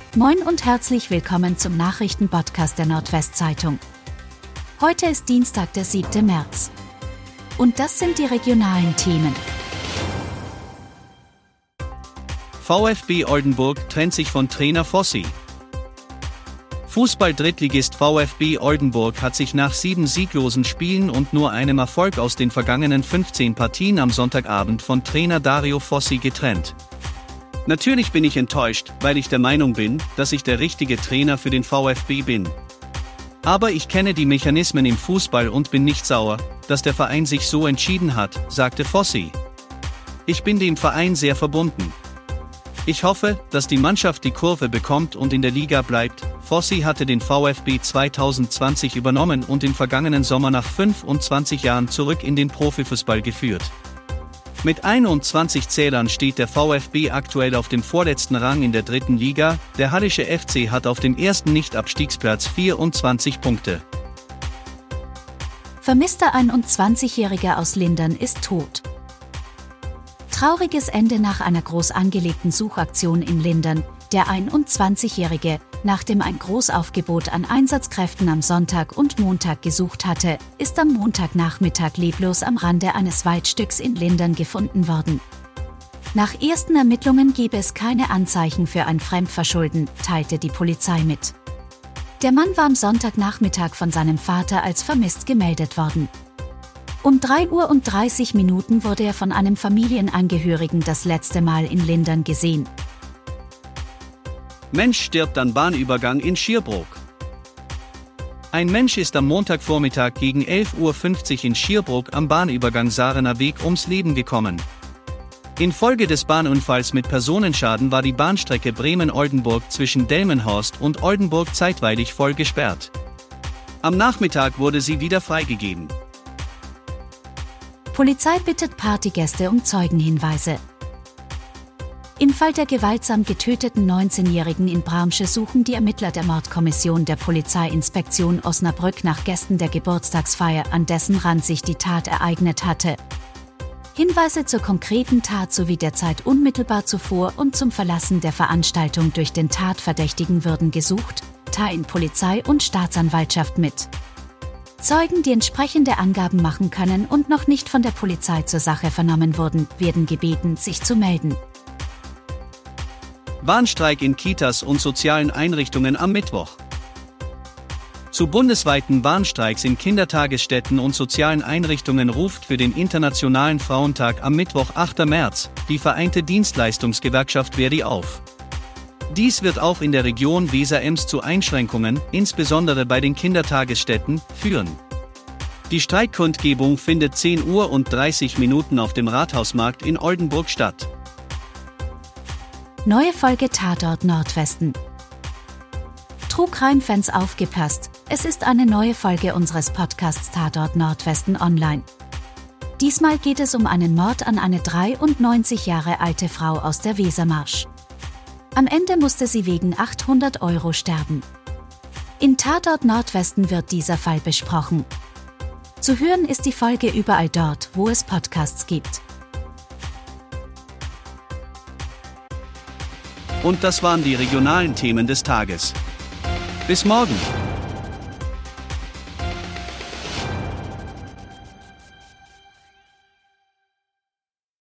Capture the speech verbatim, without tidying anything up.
Moin und herzlich willkommen zum Nachrichtenpodcast der Nordwestzeitung. Heute ist Dienstag, der siebte März. Und das sind die regionalen Themen. VfB Oldenburg trennt sich von Trainer Fossi. Fußball-Drittligist VfB Oldenburg hat sich nach sieben sieglosen Spielen und nur einem Erfolg aus den vergangenen fünfzehn Partien am Sonntagabend von Trainer Dario Fossi getrennt. Natürlich bin ich enttäuscht, weil ich der Meinung bin, dass ich der richtige Trainer für den VfB bin. Aber ich kenne die Mechanismen im Fußball und bin nicht sauer, dass der Verein sich so entschieden hat, sagte Fossi. Ich bin dem Verein sehr verbunden. Ich hoffe, dass die Mannschaft die Kurve bekommt und in der Liga bleibt. Fossi hatte den VfB zwanzig zwanzig übernommen und im vergangenen Sommer nach fünfundzwanzig Jahren zurück in den Profifußball geführt. Mit einundzwanzig Zählern steht der VfB aktuell auf dem vorletzten Rang in der dritten Liga, der Hallische F C hat auf dem ersten Nicht-Abstiegsplatz vierundzwanzig Punkte. Vermisster einundzwanzigjähriger aus Lindern ist tot. Trauriges Ende nach einer groß angelegten Suchaktion in Lindern. Der einundzwanzigjährige, nachdem ein Großaufgebot an Einsatzkräften am Sonntag und Montag gesucht hatte, ist am Montagnachmittag leblos am Rande eines Waldstücks in Lindern gefunden worden. Nach ersten Ermittlungen gebe es keine Anzeichen für ein Fremdverschulden, teilte die Polizei mit. Der Mann war am Sonntagnachmittag von seinem Vater als vermisst gemeldet worden. Um drei Uhr und dreißig Minuten wurde er von einem Familienangehörigen das letzte Mal in Lindern gesehen. Mensch stirbt an Bahnübergang in Schirbrook. Ein Mensch ist am Montagvormittag gegen elf Uhr fünfzig in Schirbrook am Bahnübergang Saarener Weg ums Leben gekommen. Infolge des Bahnunfalls mit Personenschaden war die Bahnstrecke Bremen-Oldenburg zwischen Delmenhorst und Oldenburg zeitweilig voll gesperrt. Am Nachmittag wurde sie wieder freigegeben. Polizei bittet Partygäste um Zeugenhinweise. Im Fall der gewaltsam getöteten neunzehnjährigen in Bramsche suchen die Ermittler der Mordkommission der Polizeiinspektion Osnabrück nach Gästen der Geburtstagsfeier, an dessen Rand sich die Tat ereignet hatte. Hinweise zur konkreten Tat sowie der Zeit unmittelbar zuvor und zum Verlassen der Veranstaltung durch den Tatverdächtigen würden gesucht, teilen Polizei und Staatsanwaltschaft mit. Zeugen, die entsprechende Angaben machen können und noch nicht von der Polizei zur Sache vernommen wurden, werden gebeten, sich zu melden. Warnstreik in Kitas und sozialen Einrichtungen am Mittwoch. Zu bundesweiten Warnstreiks in Kindertagesstätten und sozialen Einrichtungen ruft für den Internationalen Frauentag am Mittwoch, achter März, die Vereinte Dienstleistungsgewerkschaft Verdi auf. Dies wird auch in der Region Weser-Ems zu Einschränkungen, insbesondere bei den Kindertagesstätten, führen. Die Streikkundgebung findet zehn Uhr und dreißig Minuten auf dem Rathausmarkt in Oldenburg statt. Neue Folge Tatort Nordwesten. True Crime-Fans aufgepasst, es ist eine neue Folge unseres Podcasts Tatort Nordwesten online. Diesmal geht es um einen Mord an eine dreiundneunzig Jahre alte Frau aus der Wesermarsch. Am Ende musste sie wegen achthundert Euro sterben. In Tatort Nordwesten wird dieser Fall besprochen. Zu hören ist die Folge überall dort, wo es Podcasts gibt. Und das waren die regionalen Themen des Tages. Bis morgen!